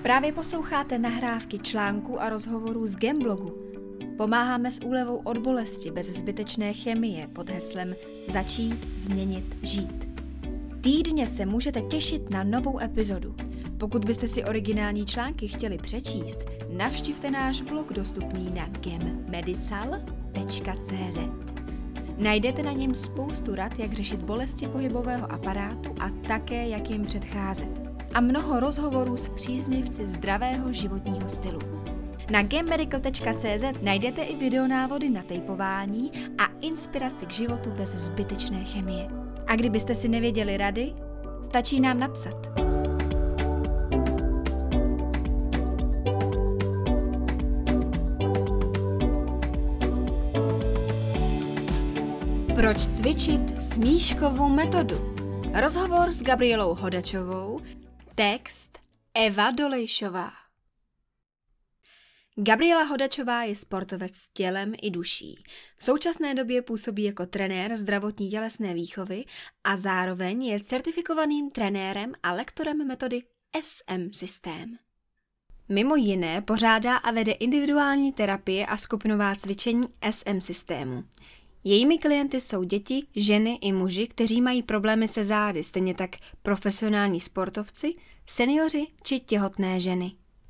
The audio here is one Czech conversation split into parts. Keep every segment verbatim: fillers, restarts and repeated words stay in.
Právě posloucháte nahrávky článků a rozhovorů z Gamblogu. Pomáháme s úlevou od bolesti bez zbytečné chemie pod heslem Začít, změnit, žít. Týdně se můžete těšit na novou epizodu. Pokud byste si originální články chtěli přečíst, navštivte náš blog dostupný na gemmedical tečka cé zet. Najdete na něm spoustu rad, jak řešit bolesti pohybového aparátu a také, jak jim předcházet. A mnoho rozhovorů s příznivci zdravého životního stylu. Na gemmedical tečka cé zet najdete i videonávody na tejpování a inspiraci k životu bez zbytečné chemie. A kdybyste si nevěděli rady, stačí nám napsat. Proč cvičit smíškovou metodu? Rozhovor s Gabrielou Hodačovou, text Eva Dolejšová. Gabriela Hodačová je sportovec s tělem i duší. V současné době působí jako trenér zdravotní tělesné výchovy a zároveň je certifikovaným trenérem a lektorem metody es em systém. Mimo jiné pořádá a vede individuální terapie a skupinová cvičení es em systému. Jejími klienty jsou děti, ženy i muži, kteří mají problémy se zády, stejně tak profesionální sportovci, seniori či těhotné ženy.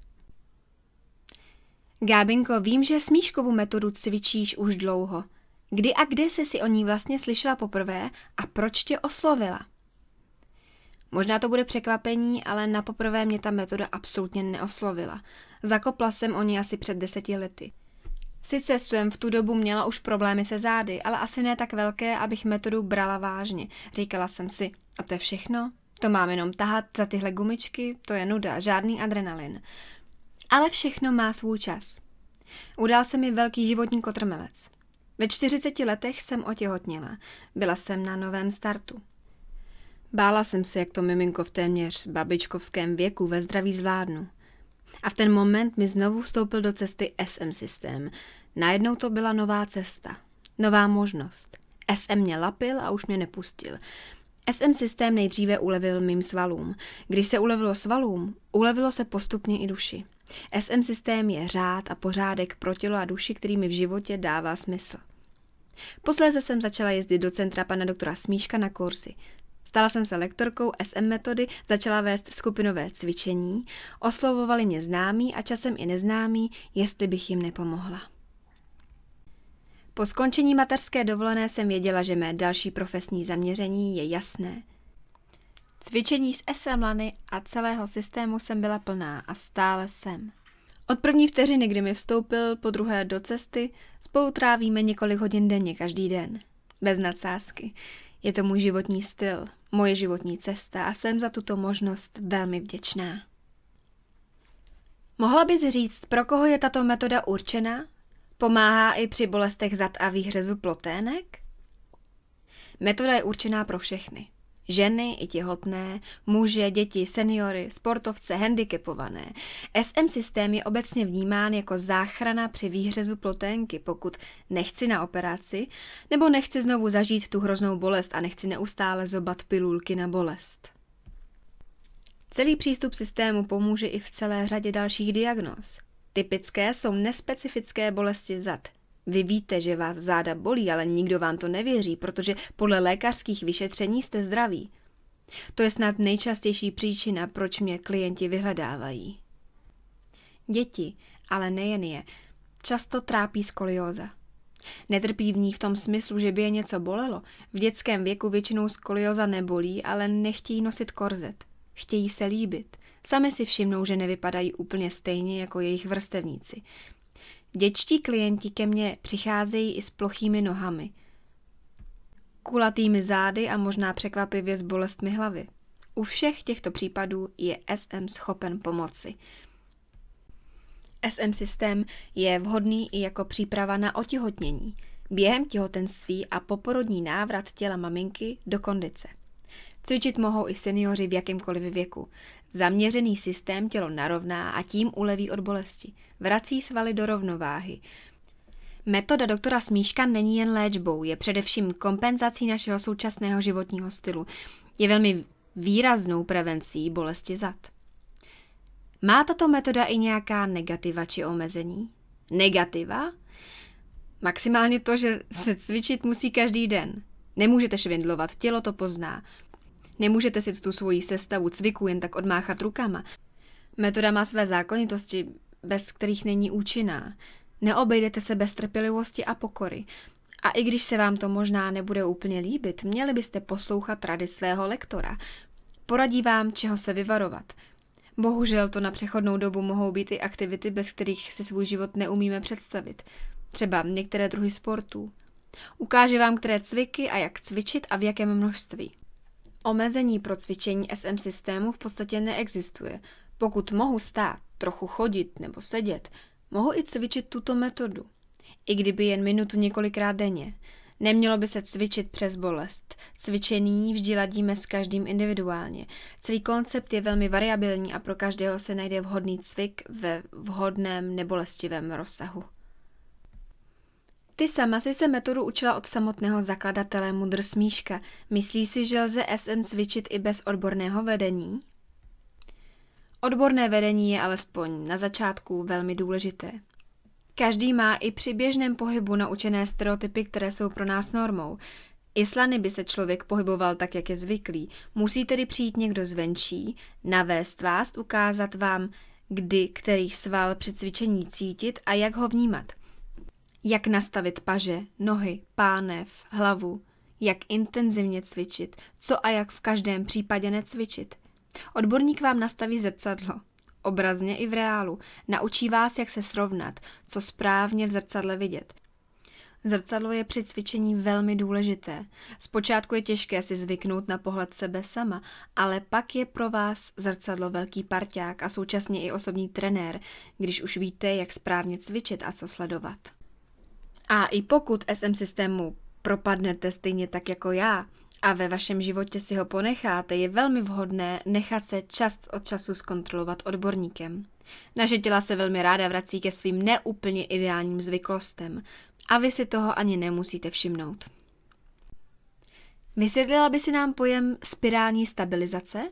Gábinko, vím, že smíškovou metodu cvičíš už dlouho. Kdy a kde jsi si o ní vlastně slyšela poprvé a proč tě oslovila? Možná to bude překvapení, ale na poprvé mě ta metoda absolutně neoslovila. Zakopla jsem o ní asi před deseti lety. Sice jsem v tu dobu měla už problémy se zády, ale asi ne tak velké, abych metodu brala vážně. Říkala jsem si, a to je všechno? To mám jenom tahat za tyhle gumičky? To je nuda, žádný adrenalin. Ale všechno má svůj čas. Udál se mi velký životní kotrmelec. Ve čtyřiceti letech jsem otěhotněla. Byla jsem na novém startu. Bála jsem se, jak to miminko v téměř babičkovském věku ve zdraví zvládnu. A v ten moment mi znovu vstoupil do cesty es em systém. Najednou to byla nová cesta. Nová možnost. es em mě lapil a už mě nepustil. es em systém nejdříve ulevil mým svalům. Když se ulevilo svalům, ulevilo se postupně i duši. es em systém je řád a pořádek pro tělo a duši, který mi v životě dává smysl. Posléze jsem začala jezdit do centra pana doktora Smíška na kurzy. Stala jsem se lektorkou es em metody, začala vést skupinové cvičení, oslovovali mě známí a časem i neznámí, jestli bych jim nepomohla. Po skončení mateřské dovolené jsem věděla, že mé další profesní zaměření je jasné. Cvičení s es em lany a celého systému jsem byla plná a stále jsem. Od první vteřiny, kdy mi vstoupil, po druhé do cesty, spolu trávíme několik hodin denně každý den. Bez nadsázky. Je to můj životní styl, moje životní cesta a jsem za tuto možnost velmi vděčná. Mohla bys říct, pro koho je tato metoda určena? Pomáhá i při bolestech zad a výhřezu plotének? Metoda je určená pro všechny. Ženy i těhotné, muže, děti, seniory, sportovce, handicapované. es em systém je obecně vnímán jako záchrana při výhřezu ploténky, pokud nechci na operaci, nebo nechci znovu zažít tu hroznou bolest a nechci neustále zobat pilulky na bolest. Celý přístup systému pomůže i v celé řadě dalších diagnóz. Typické jsou nespecifické bolesti zad. Vy víte, že vás záda bolí, ale nikdo vám to nevěří, protože podle lékařských vyšetření jste zdraví. To je snad nejčastější příčina, proč mě klienti vyhledávají. Děti, ale nejen je, často trápí skolióza. Netrpí v ní v tom smyslu, že by je něco bolelo. V dětském věku většinou skolióza nebolí, ale nechtějí nosit korzet. Chtějí se líbit. Sami si všimnou, že nevypadají úplně stejně jako jejich vrstevníci. Dětští klienti ke mně přicházejí i s plochými nohami, kulatými zády a možná překvapivě s bolestmi hlavy. U všech těchto případů je es em schopen pomoci. es em systém je vhodný i jako příprava na otěhotnění, během těhotenství a poporodní návrat těla maminky do kondice. Cvičit mohou i seniori v jakémkoliv věku. Zaměřený systém tělo narovná a tím uleví od bolesti. Vrací svaly do rovnováhy. Metoda doktora Smíška není jen léčbou, je především kompenzací našeho současného životního stylu. Je velmi výraznou prevencí bolesti zad. Má tato metoda i nějaká negativa či omezení? Negativa? Maximálně to, že se cvičit musí každý den. Nemůžete švindlovat, tělo to pozná. Nemůžete si tu svoji sestavu cviku jen tak odmáchat rukama. Metoda má své zákonitosti, bez kterých není účinná. Neobejdete se bez trpělivosti a pokory. A i když se vám to možná nebude úplně líbit, měli byste poslouchat rady svého lektora. Poradí vám, čeho se vyvarovat. Bohužel to na přechodnou dobu mohou být i aktivity, bez kterých si svůj život neumíme představit. Třeba některé druhy sportů. Ukáže vám, které cviky a jak cvičit a v jakém množství. Omezení pro cvičení S M systému v podstatě neexistuje. Pokud mohu stát, trochu chodit nebo sedět, mohu i cvičit tuto metodu. I kdyby jen minutu několikrát denně. Nemělo by se cvičit přes bolest. Cvičení vždy ladíme s každým individuálně. Celý koncept je velmi variabilní a pro každého se najde vhodný cvik ve vhodném nebolestivém rozsahu. Ty sama si se metodu učila od samotného zakladatele Mudr Smíška. Myslíš si, že lze S M cvičit i bez odborného vedení? Odborné vedení je alespoň na začátku velmi důležité. Každý má i při běžném pohybu naučené stereotypy, které jsou pro nás normou. I slany by se člověk pohyboval tak, jak je zvyklý. Musí tedy přijít někdo zvenčí, navést vás, ukázat vám, kdy který sval při cvičení cítit a jak ho vnímat. Jak nastavit paže, nohy, pánev, hlavu, jak intenzivně cvičit, co a jak v každém případě necvičit. Odborník vám nastaví zrcadlo, obrazně i v reálu, naučí vás, jak se srovnat, co správně v zrcadle vidět. Zrcadlo je při cvičení velmi důležité. Zpočátku je těžké si zvyknout na pohled sebe sama, ale pak je pro vás zrcadlo velký parťák a současně i osobní trenér, když už víte, jak správně cvičit a co sledovat. A i pokud S M systému propadnete stejně tak jako já a ve vašem životě si ho ponecháte, je velmi vhodné nechat se čas od času zkontrolovat odborníkem. Naše těla se velmi ráda vrací ke svým neúplně ideálním zvyklostem a vy si toho ani nemusíte všimnout. Vysvětlila by si nám pojem spirální stabilizace?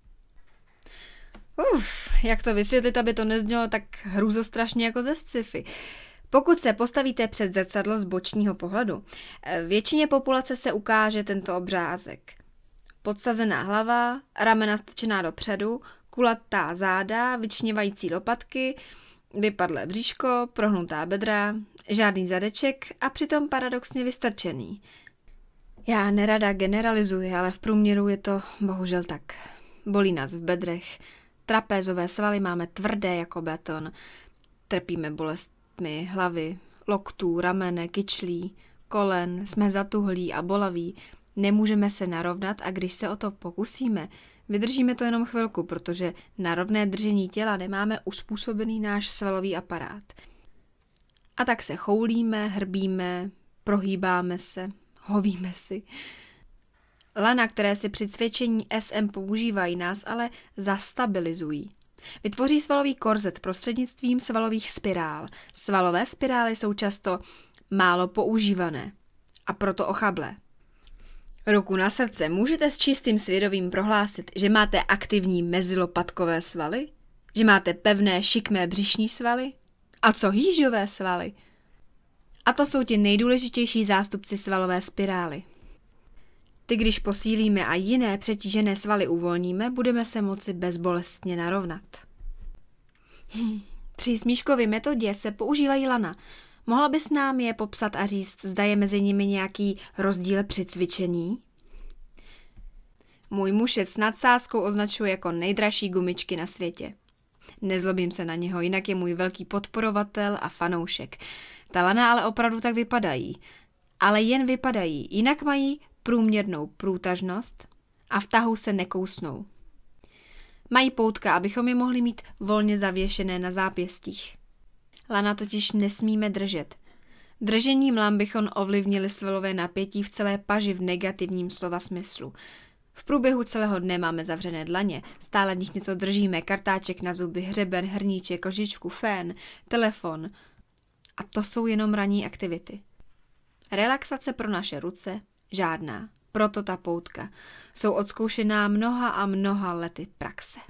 Uf, jak to vysvětlit, aby to neznělo tak hrůzostrašně jako ze sci-fi. Pokud se postavíte před zrcadlo z bočního pohledu, většině populace se ukáže tento obrázek. Podsazená hlava, ramena stočená dopředu, kulatá záda, vyčněvající lopatky, vypadlé bříško, prohnutá bedra, žádný zadeček a přitom paradoxně vystrčený. Já nerada generalizuji, ale v průměru je to bohužel tak. Bolí nás v bedrech, trapézové svaly máme tvrdé jako beton, trpíme bolest my, hlavy, loktů, ramene, kyčlí, kolen, jsme zatuhlí a bolaví, nemůžeme se narovnat a když se o to pokusíme, vydržíme to jenom chvilku, protože na rovné držení těla nemáme uspůsobený náš svalový aparát. A tak se choulíme, hrbíme, prohýbáme se, hovíme si. Lana, které si při cvičení S M používají, nás ale zastabilizují. Vytvoří svalový korzet prostřednictvím svalových spirál. Svalové spirály jsou často málo používané a proto ochablé. Ruku na srdce, můžete s čistým svědomím prohlásit, že máte aktivní mezilopatkové svaly? Že máte pevné, šikmé břišní svaly? A co hýžové svaly? A to jsou ti nejdůležitější zástupci svalové spirály. Ty, když posílíme a jiné přetížené svaly uvolníme, budeme se moci bezbolestně narovnat. Hm. Při Smíškově metodě se používají lana. Mohla bys nám je popsat a říct, zda je mezi nimi nějaký rozdíl při cvičení? Můj muž je s nadsázkou označuje jako nejdražší gumičky na světě. Nezlobím se na něho, jinak je můj velký podporovatel a fanoušek. Ta lana ale opravdu tak vypadají. Ale jen vypadají, jinak mají průměrnou průtažnost a v tahu se nekousnou. Mají poutka, abychom je mohli mít volně zavěšené na zápěstích. Lana totiž nesmíme držet. Držením lan bychom ovlivnili svalové napětí v celé paži v negativním slova smyslu. V průběhu celého dne máme zavřené dlaně, stále v nich něco držíme, kartáček na zuby, hřeben, hrníček, lžičku, fén, telefon. A to jsou jenom ranní aktivity. Relaxace pro naše ruce žádná, proto ta poutka. Jsou odzkoušená mnoha a mnoha lety praxe.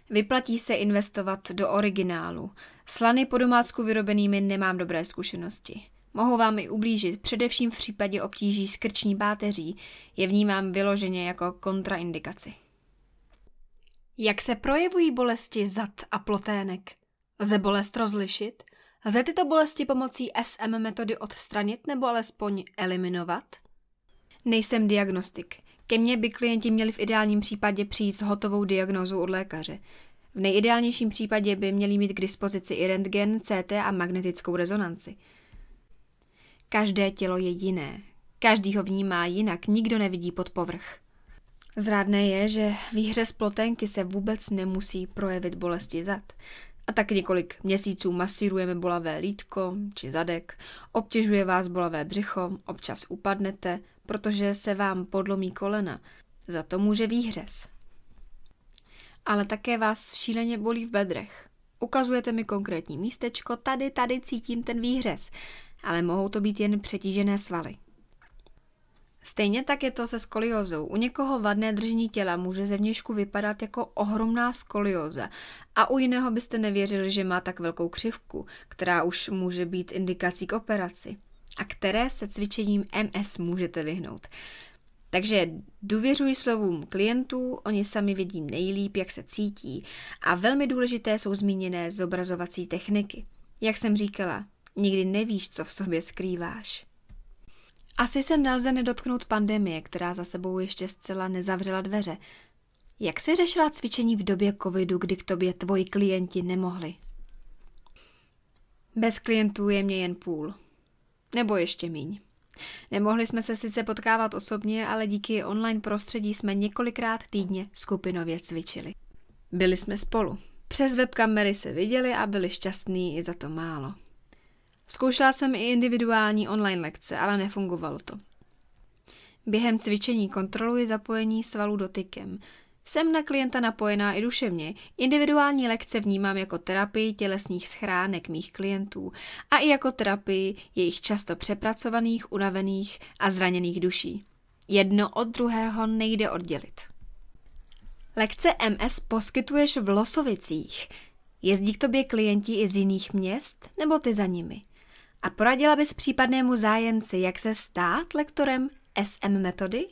Vyplatí se investovat do originálu. S lany po domácku vyrobenými nemám dobré zkušenosti. Mohou vám i ublížit, především v případě obtíží s krční páteří, je vnímám vyloženě jako kontraindikaci. Jak se projevují bolesti zad a plotének? Lze bolest rozlišit? Lze tyto bolesti pomocí S M metody odstranit nebo alespoň eliminovat? Nejsem diagnostik. Ke mně by klienti měli v ideálním případě přijít s hotovou diagnózou od lékaře. V nejideálnějším případě by měli mít k dispozici i rentgen, C T a magnetickou rezonanci. Každé tělo je jiné. Každý ho vnímá jinak, nikdo nevidí pod povrch. Zrádné je, že výhřez ploténky se vůbec nemusí projevit bolesti zad. A tak několik měsíců masírujeme bolavé lítko či zadek, obtěžuje vás bolavé břicho, občas upadnete, protože se vám podlomí kolena. Za to může výhřez. Ale také vás šíleně bolí v bedrech. Ukazujete mi konkrétní místečko, tady, tady cítím ten výhřez, ale mohou to být jen přetížené svaly. Stejně tak je to se skoliózou. U někoho vadné držení těla může zevnějšku vypadat jako ohromná skolióza a u jiného byste nevěřili, že má tak velkou křivku, která už může být indikací k operaci a které se cvičením M S můžete vyhnout. Takže důvěřuji slovům klientů, oni sami vědí nejlíp, jak se cítí a velmi důležité jsou zmíněné zobrazovací techniky. Jak jsem říkala, nikdy nevíš, co v sobě skrýváš. Asi se nelze nedotknout pandemie, která za sebou ještě zcela nezavřela dveře. Jak jsi řešila cvičení v době covidu, kdy k tobě tvoji klienti nemohli? Bez klientů je mě jen půl. Nebo ještě míň. Nemohli jsme se sice potkávat osobně, ale díky online prostředí jsme několikrát týdně skupinově cvičili. Byli jsme spolu. Přes webkamery se viděli a byli šťastní i za to málo. Zkoušela jsem i individuální online lekce, ale nefungovalo to. Během cvičení kontroluji zapojení svalů dotykem. Jsem na klienta napojená i duševně. Individuální lekce vnímám jako terapii tělesných schránek mých klientů a i jako terapii jejich často přepracovaných, unavených a zraněných duší. Jedno od druhého nejde oddělit. Lekce M S poskytuješ v Losovicích. Jezdí k tobě klienti i z jiných měst, nebo ty za nimi? A poradila bys případnému zájemci, jak se stát lektorem S M metody?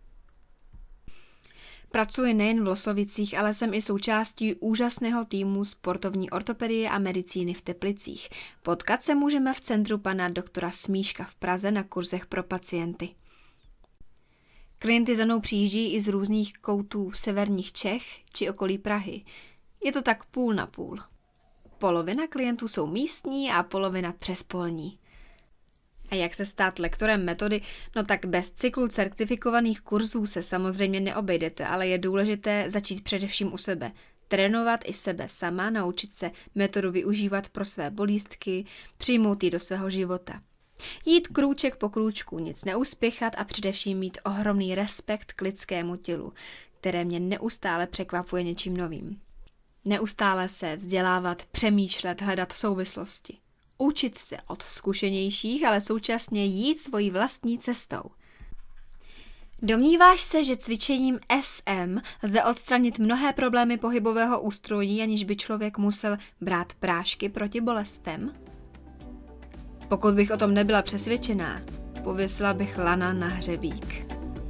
Pracuji nejen v Losovicích, ale jsem i součástí úžasného týmu sportovní ortopedie a medicíny v Teplicích. Potkat se můžeme v centru pana doktora Smíška v Praze na kurzech pro pacienty. Klienty za mnou přijíždí i z různých koutů severních Čech či okolí Prahy. Je to tak půl na půl. Polovina klientů jsou místní a polovina přespolní. A jak se stát lektorem metody? No tak bez cyklu certifikovaných kurzů se samozřejmě neobejdete, ale je důležité začít především u sebe. Trénovat i sebe sama, naučit se metodu využívat pro své bolístky, přijmout ji do svého života. Jít krůček po krůčku, nic neuspěchat a především mít ohromný respekt k lidskému tělu, které mě neustále překvapuje něčím novým. Neustále se vzdělávat, přemýšlet, hledat souvislosti. Učit se od zkušenějších, ale současně jít svojí vlastní cestou. Domníváš se, že cvičením S M lze odstranit mnohé problémy pohybového ústrojí, aniž by člověk musel brát prášky proti bolestem? Pokud bych o tom nebyla přesvědčená, pověsila bych lana na hřebík.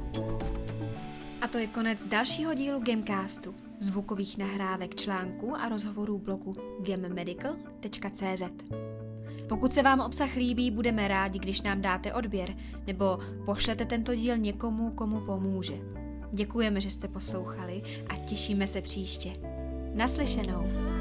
A to je konec dalšího dílu Gamcastu, zvukových nahrávek článků a rozhovorů blogu gammedical tečka cé zet. Pokud se vám obsah líbí, budeme rádi, když nám dáte odběr nebo pošlete tento díl někomu, komu pomůže. Děkujeme, že jste poslouchali a těšíme se příště. Naslyšenou.